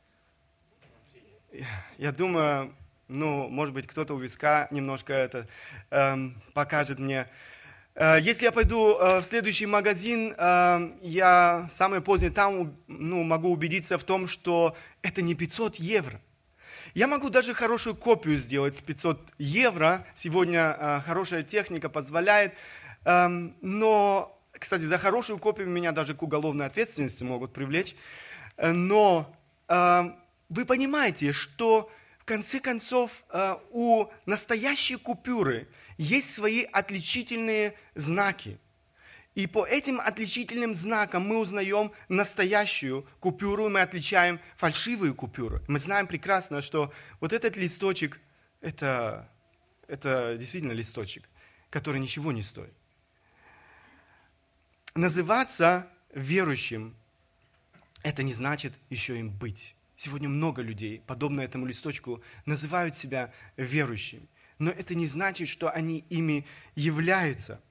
Я думаю, ну, может быть, кто-то у виска немножко это эм, покажет мне. Э, если я пойду э, в следующий магазин, э, я самое позднее там ну, могу убедиться в том, что это не пятьсот евро. Я могу даже хорошую копию сделать с пятьсот евро. Сегодня э, хорошая техника позволяет. Э, но, кстати, за хорошую копию меня даже к уголовной ответственности могут привлечь. Э, но э, вы понимаете, что в конце концов э, у настоящей купюры есть свои отличительные знаки. И по этим отличительным знакам мы узнаем настоящую купюру, мы отличаем фальшивые купюры. Мы знаем прекрасно, что вот этот листочек, это, это действительно листочек, который ничего не стоит. Называться верующим, это не значит еще им быть. Сегодня много людей, подобно этому листочку, называют себя верующими. Но это не значит, что они ими являются.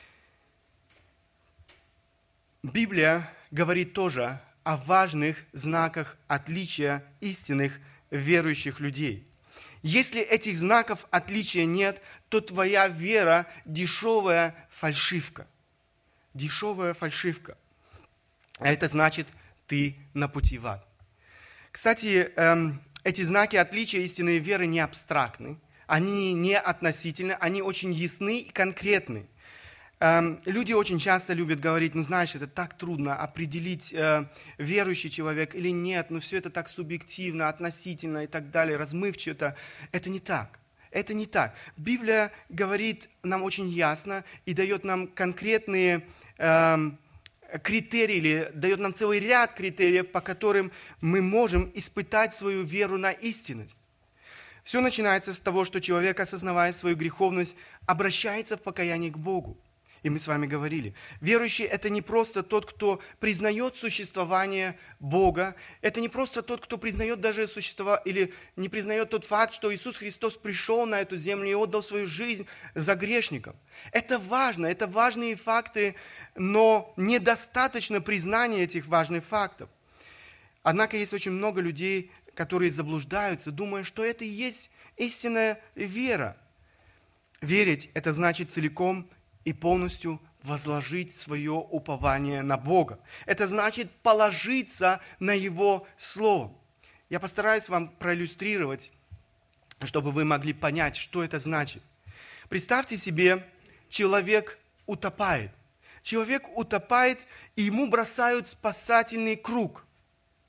Библия говорит тоже о важных знаках отличия истинных верующих людей. Если этих знаков отличия нет, то твоя вера дешевая фальшивка. Дешевая фальшивка. А это значит, ты на пути в ад. Кстати, эм, эти знаки отличия истинной веры не абстрактны, они не относительны, они очень ясны и конкретны. Эм, люди очень часто любят говорить, ну знаешь, это так трудно определить, э, верующий человек или нет, ну все это так субъективно, относительно и так далее, размывчато. Это не так. Это не так. Библия говорит нам очень ясно и дает нам конкретные э, критерии, или дает нам целый ряд критериев, по которым мы можем испытать свою веру на истинность. Все начинается с того, что человек, осознавая свою греховность, обращается в покаянии к Богу. И мы с вами говорили, верующий – это не просто тот, кто признает существование Бога, это не просто тот, кто признает даже существование, или не признает тот факт, что Иисус Христос пришел на эту землю и отдал свою жизнь за грешников. Это важно, это важные факты, но недостаточно признания этих важных фактов. Однако есть очень много людей, которые заблуждаются, думая, что это и есть истинная вера. Верить – это значит целиком и полностью возложить свое упование на Бога. Это значит положиться на Его Слово. Я постараюсь вам проиллюстрировать, чтобы вы могли понять, что это значит. Представьте себе, человек утопает. Человек утопает, и ему бросают спасательный круг.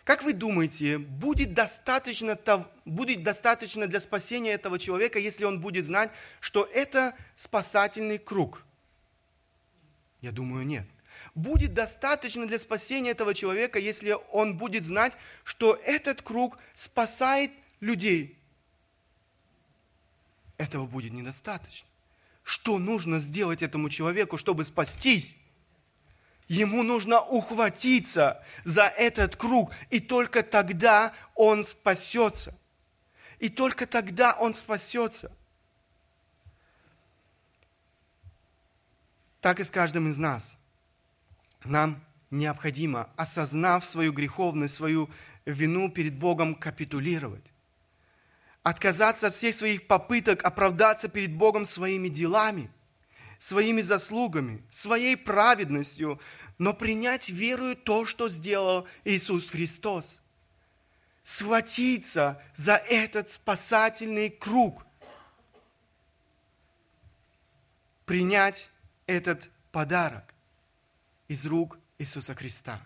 Как вы думаете, будет достаточно, будет достаточно для спасения этого человека, если он будет знать, что это спасательный круг? Я думаю, нет. Будет достаточно для спасения этого человека, если он будет знать, что этот круг спасает людей? Этого будет недостаточно. Что нужно сделать этому человеку, чтобы спастись? Ему нужно ухватиться за этот круг, и только тогда он спасется. И только тогда он спасется. Так и с каждым из нас. Нам необходимо, осознав свою греховность, свою вину перед Богом, капитулировать. Отказаться от всех своих попыток оправдаться перед Богом своими делами, своими заслугами, своей праведностью, но принять верою то, что сделал Иисус Христос. Схватиться за этот спасательный круг. Принять этот подарок из рук Иисуса Христа.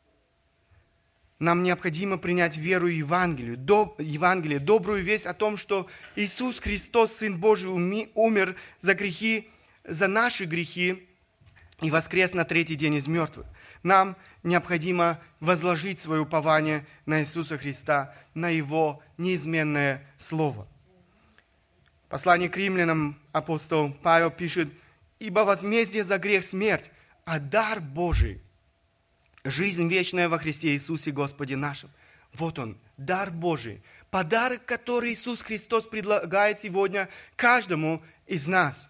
Нам необходимо принять веру Евангелию, доб, Евангелие, добрую весть о том, что Иисус Христос, Сын Божий, уми, умер за грехи, за наши грехи и воскрес на третий день из мертвых. Нам необходимо возложить свое упование на Иисуса Христа, на Его неизменное Слово. Послание к римлянам апостол Павел пишет: «Ибо возмездие за грех смерть, а дар Божий – жизнь вечная во Христе Иисусе Господе нашим». Вот он, дар Божий, подарок, который Иисус Христос предлагает сегодня каждому из нас.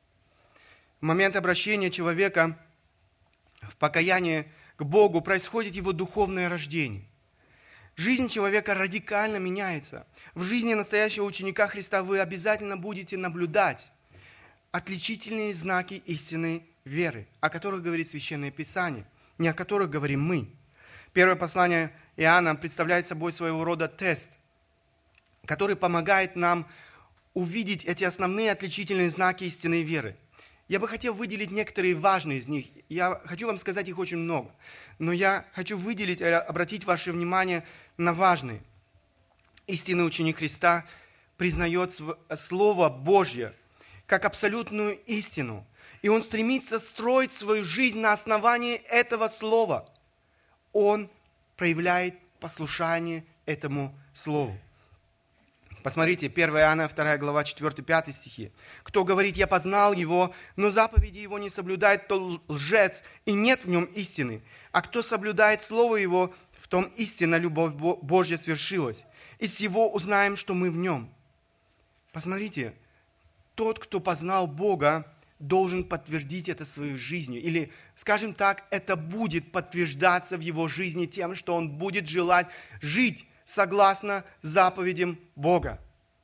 В момент обращения человека в покаяние к Богу происходит его духовное рождение. Жизнь человека радикально меняется. В жизни настоящего ученика Христа вы обязательно будете наблюдать отличительные знаки истинной веры, о которых говорит Священное Писание, не о которых говорим мы. Первое послание Иоанна представляет собой своего рода тест, который помогает нам увидеть эти основные отличительные знаки истинной веры. Я бы хотел выделить некоторые важные из них. Я хочу вам сказать их очень много. Но я хочу выделить, обратить ваше внимание на важные. Истинный ученик Христа признает Слово Божье как абсолютную истину. И он стремится строить свою жизнь на основании этого Слова. Он проявляет послушание этому Слову. Посмотрите, первое Иоанна, вторая глава, четыре-пять стихи. «Кто говорит, я познал его, но заповеди его не соблюдает, то лжец, и нет в нем истины. А кто соблюдает слово его, в том истинно любовь Божья свершилась. Из всего узнаем, что мы в нем». Посмотрите, тот, кто познал Бога, должен подтвердить это своей жизнью. Или, скажем так, это будет подтверждаться в его жизни тем, что он будет желать жить согласно заповедям Бога.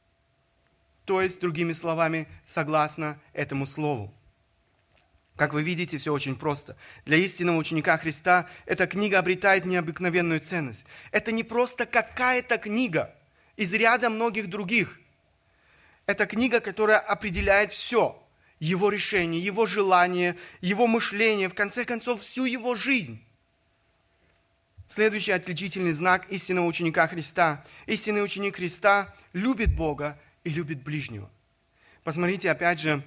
То есть, другими словами, согласно этому слову. Как вы видите, все очень просто. Для истинного ученика Христа эта книга обретает необыкновенную ценность. Это не просто какая-то книга из ряда многих других. Это книга, которая определяет все. Его решение, его желание, его мышление, в конце концов, всю его жизнь. Следующий отличительный знак истинного ученика Христа. Истинный ученик Христа любит Бога и любит ближнего. Посмотрите, опять же,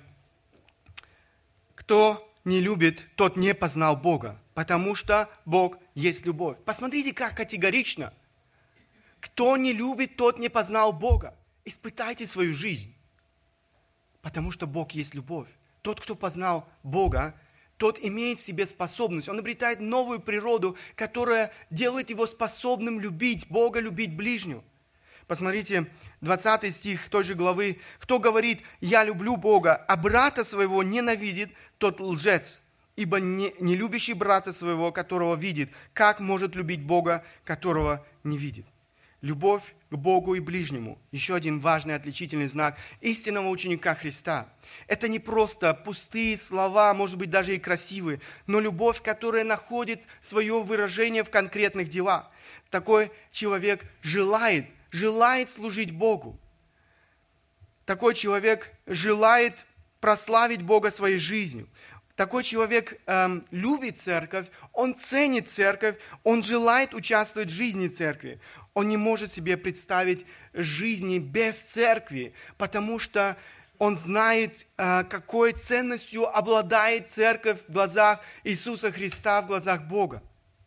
кто не любит, тот не познал Бога, потому что Бог есть любовь. Посмотрите, как категорично. Кто не любит, тот не познал Бога. Испытайте свою жизнь, потому что Бог есть любовь. Тот, кто познал Бога, тот имеет в себе способность, он обретает новую природу, которая делает его способным любить Бога, любить ближнего. Посмотрите, двадцатый стих той же главы. «Кто говорит, я люблю Бога, а брата своего ненавидит, тот лжец, ибо не, не любящий брата своего, которого видит, как может любить Бога, которого не видит?» Любовь к Богу и ближнему. Еще один важный отличительный знак истинного ученика Христа. Это не просто пустые слова, может быть, даже и красивые, но любовь, которая находит свое выражение в конкретных делах. Такой человек желает, желает служить Богу. Такой человек желает прославить Бога своей жизнью. такой человек эм, любит церковь, он ценит церковь, он желает участвовать в жизни церкви. Он не может себе представить жизни без церкви, потому что он знает, э, какой ценностью обладает церковь в глазах Иисуса Христа, в глазах Бога.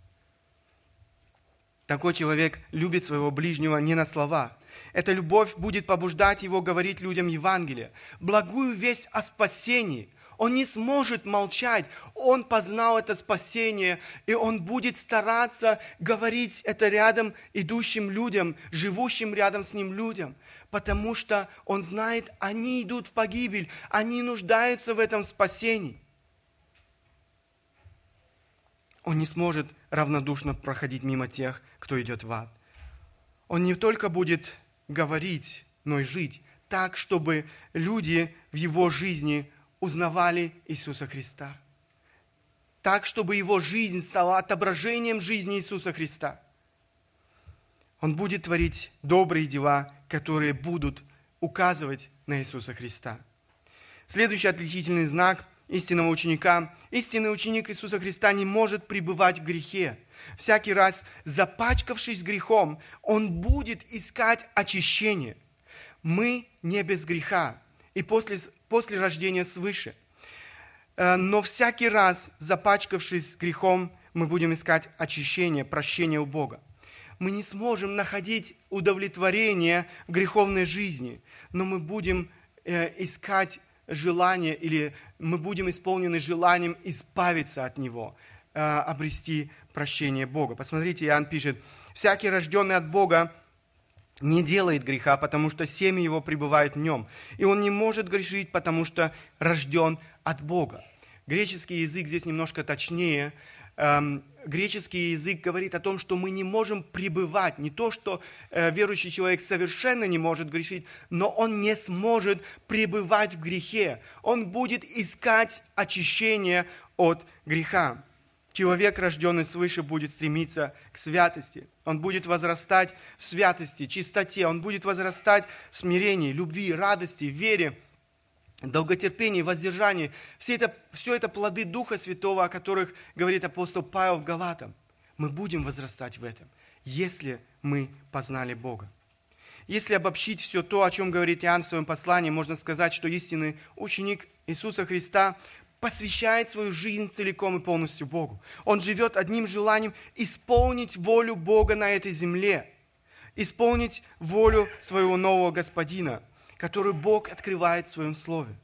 Такой человек любит своего ближнего не на словах. Эта любовь будет побуждать его говорить людям Евангелие, благую весть о спасении. Он не сможет молчать, он познал это спасение, и он будет стараться говорить это рядом идущим людям, живущим рядом с ним людям, потому что он знает, они идут в погибель, они нуждаются в этом спасении. Он не сможет равнодушно проходить мимо тех, кто идет в ад. Он не только будет говорить, но и жить так, чтобы люди в его жизни узнавали Иисуса Христа. Так, чтобы его жизнь стала отображением жизни Иисуса Христа. Он будет творить добрые дела, которые будут указывать на Иисуса Христа. Следующий отличительный знак истинного ученика. Истинный ученик Иисуса Христа не может пребывать в грехе. Всякий раз, запачкавшись грехом, он будет искать очищение. Мы не без греха. И после, после рождения свыше. Но всякий раз, запачкавшись грехом, мы будем искать очищение, прощение у Бога. Мы не сможем находить удовлетворение в греховной жизни, но мы будем искать желание, или мы будем исполнены желанием избавиться от него, обрести прощение Бога. Посмотрите, Иоанн пишет: «Всякий, рожденный от Бога, не делает греха, потому что семя его пребывает в нем. И он не может грешить, потому что рожден от Бога». Греческий язык здесь немножко точнее. Эм, греческий язык говорит о том, что мы не можем пребывать. Не то, что э, верующий человек совершенно не может грешить, но он не сможет пребывать в грехе. Он будет искать очищение от греха. Человек, рожденный свыше, будет стремиться к святости. Он будет возрастать в святости, чистоте. Он будет возрастать в смирении, любви, радости, вере, долготерпении, воздержании. Все это, все это плоды Духа Святого, о которых говорит апостол Павел в Галатам. Мы будем возрастать в этом, если мы познали Бога. Если обобщить все то, о чем говорит Иоанн в своем послании, можно сказать, что истинный ученик Иисуса Христа посвящает свою жизнь целиком и полностью Богу. Он живет одним желанием исполнить волю Бога на этой земле, исполнить волю своего нового Господина, которую Бог открывает в своем Слове.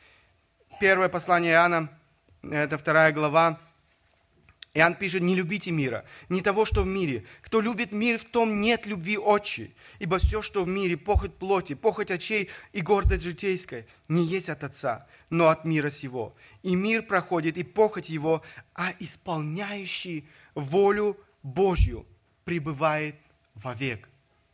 Первое послание Иоанна, это вторая глава. Иоанн пишет: «Не любите мира, не того, что в мире. Кто любит мир, в том нет любви отчей. Ибо все, что в мире, похоть плоти, похоть очей и гордость житейская, не есть от Отца, но от мира сего. И мир проходит, и похоть его, а исполняющий волю Божью пребывает вовек».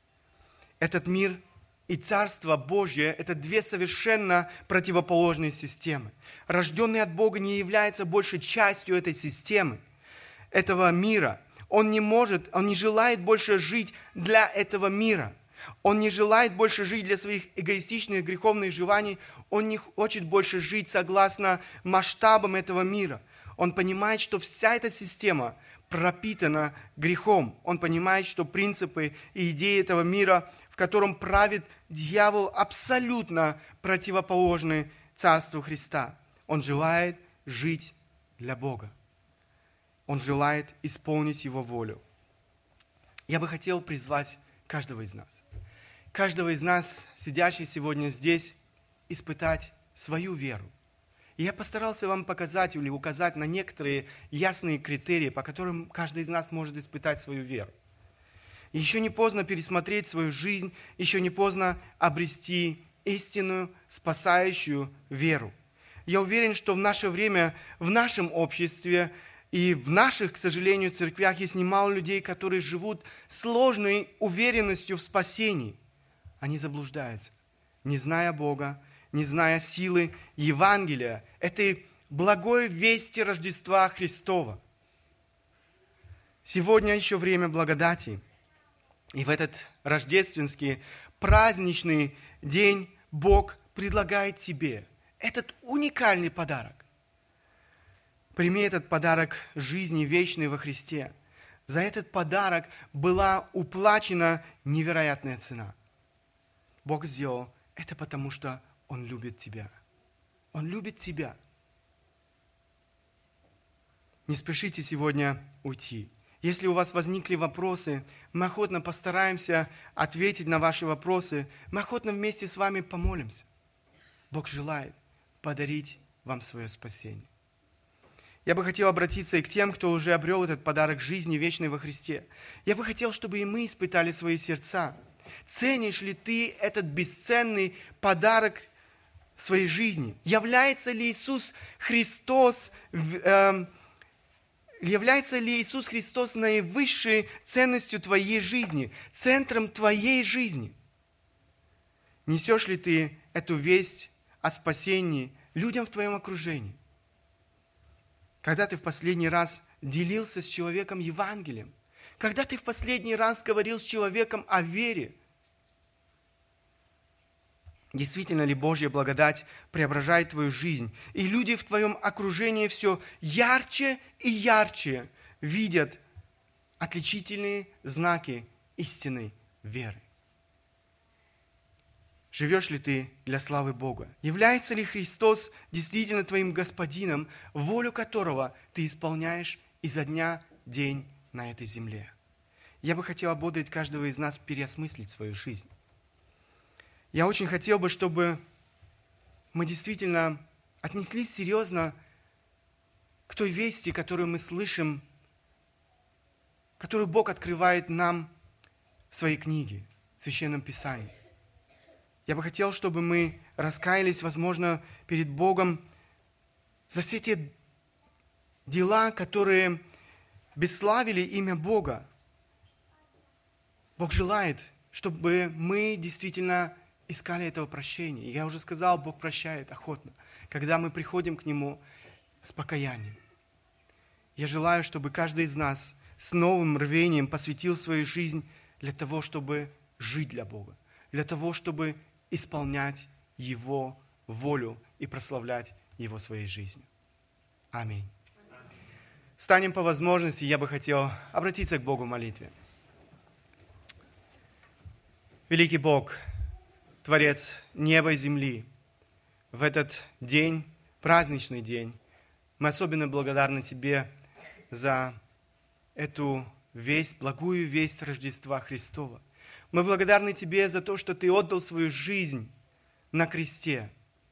Этот мир и Царство Божье – это две совершенно противоположные системы. Рожденный от Бога не является больше частью этой системы, этого мира. Он не может, он не желает больше жить для этого мира. Он не желает больше жить для своих эгоистичных греховных желаний. Он не хочет больше жить согласно масштабам этого мира. Он понимает, что вся эта система пропитана грехом. Он понимает, что принципы и идеи этого мира, в котором правит дьявол, абсолютно противоположны Царству Христа. Он желает жить для Бога. Он желает исполнить Его волю. Я бы хотел призвать каждого из нас, каждого из нас, сидящий сегодня здесь, испытать свою веру. И я постарался вам показать или указать на некоторые ясные критерии, по которым каждый из нас может испытать свою веру. Еще не поздно пересмотреть свою жизнь, еще не поздно обрести истинную, спасающую веру. Я уверен, что в наше время, в нашем обществе и в наших, к сожалению, церквях есть немало людей, которые живут сложной уверенностью в спасении. Они заблуждаются, не зная Бога, не зная силы Евангелия, этой благой вести Рождества Христова. Сегодня еще время благодати. И в этот рождественский, праздничный день Бог предлагает тебе этот уникальный подарок. Прими этот подарок жизни вечной во Христе. За этот подарок была уплачена невероятная цена. Бог сделал это потому, что Он любит тебя. Он любит тебя. Не спешите сегодня уйти. Если у вас возникли вопросы, мы охотно постараемся ответить на ваши вопросы. Мы охотно вместе с вами помолимся. Бог желает подарить вам свое спасение. Я бы хотел обратиться и к тем, кто уже обрел этот подарок жизни вечной во Христе. Я бы хотел, чтобы и мы испытали свои сердца. Ценишь ли ты этот бесценный подарок в своей жизни? Является ли Иисус Христос, э, является ли Иисус Христос наивысшей ценностью твоей жизни, центром твоей жизни? Несешь ли ты эту весть о спасении людям в твоем окружении? Когда ты в последний раз делился с человеком Евангелием? Когда ты в последний раз говорил с человеком о вере? Действительно ли Божья благодать преображает твою жизнь? И люди в твоем окружении все ярче и ярче видят отличительные знаки истинной веры. Живешь ли ты для славы Бога? Является ли Христос действительно твоим Господином, волю которого ты исполняешь изо дня в день на этой земле? Я бы хотел ободрить каждого из нас переосмыслить свою жизнь. Я очень хотел бы, чтобы мы действительно отнеслись серьезно к той вести, которую мы слышим, которую Бог открывает нам в своей книге, в Священном Писании. Я бы хотел, чтобы мы раскаялись, возможно, перед Богом за все те дела, которые бесславили имя Бога. Бог желает, чтобы мы действительно искали этого прощения. Я уже сказал, Бог прощает охотно, когда мы приходим к Нему с покаянием. Я желаю, чтобы каждый из нас с новым рвением посвятил свою жизнь для того, чтобы жить для Бога, для того, чтобы исполнять Его волю и прославлять Его своей жизнью. Аминь. Встанем по возможности, я бы хотел обратиться к Богу в молитве. Великий Бог, Творец неба и земли, в этот день, праздничный день, мы особенно благодарны Тебе за эту весть, благую весть Рождества Христова. Мы благодарны Тебе за то, что Ты отдал свою жизнь на кресте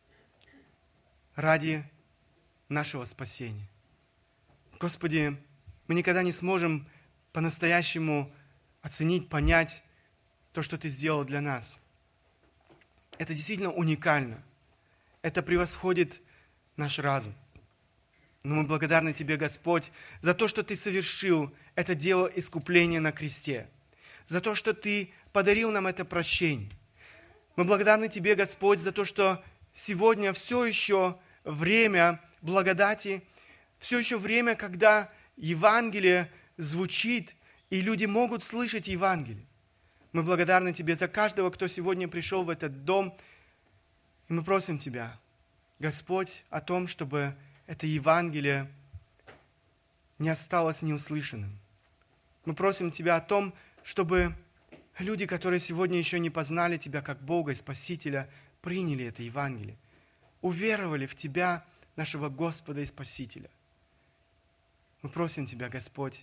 ради нашего спасения. Господи, мы никогда не сможем по-настоящему оценить, понять то, что Ты сделал для нас. Это действительно уникально. Это превосходит наш разум. Но мы благодарны Тебе, Господь, за то, что Ты совершил это дело искупления на кресте, за то, что Ты подарил нам это прощение. Мы благодарны Тебе, Господь, за то, что сегодня все еще время благодати, все еще время, когда Евангелие звучит, и люди могут слышать Евангелие. Мы благодарны Тебе за каждого, кто сегодня пришел в этот дом, и мы просим Тебя, Господь, о том, чтобы это Евангелие не осталось неуслышанным. Мы просим Тебя о том, чтобы люди, которые сегодня еще не познали Тебя как Бога и Спасителя, приняли это Евангелие, уверовали в Тебя, нашего Господа и Спасителя. Мы просим Тебя, Господь,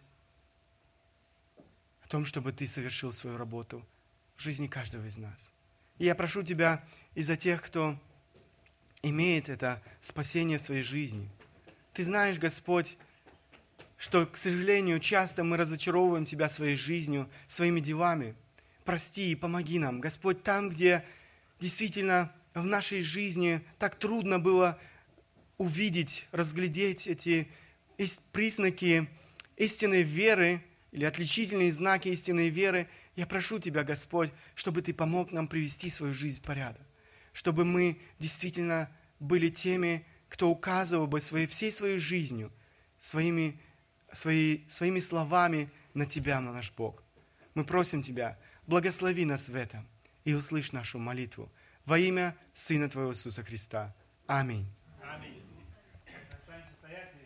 о том, чтобы Ты совершил свою работу в жизни каждого из нас. И я прошу Тебя и за тех, кто имеет это спасение в своей жизни. Ты знаешь, Господь, что, к сожалению, часто мы разочаровываем Тебя своей жизнью, своими делами. Прости и помоги нам, Господь, там, где действительно в нашей жизни так трудно было увидеть, разглядеть эти признаки истинной веры или отличительные знаки истинной веры, я прошу Тебя, Господь, чтобы Ты помог нам привести свою жизнь в порядок, чтобы мы действительно были теми, кто указывал бы своей, всей своей жизнью, своими, свои, своими словами на Тебя, на наш Бог. Мы просим Тебя, благослови нас в этом и услышь нашу молитву во имя Сына Твоего Иисуса Христа. Аминь. Аминь.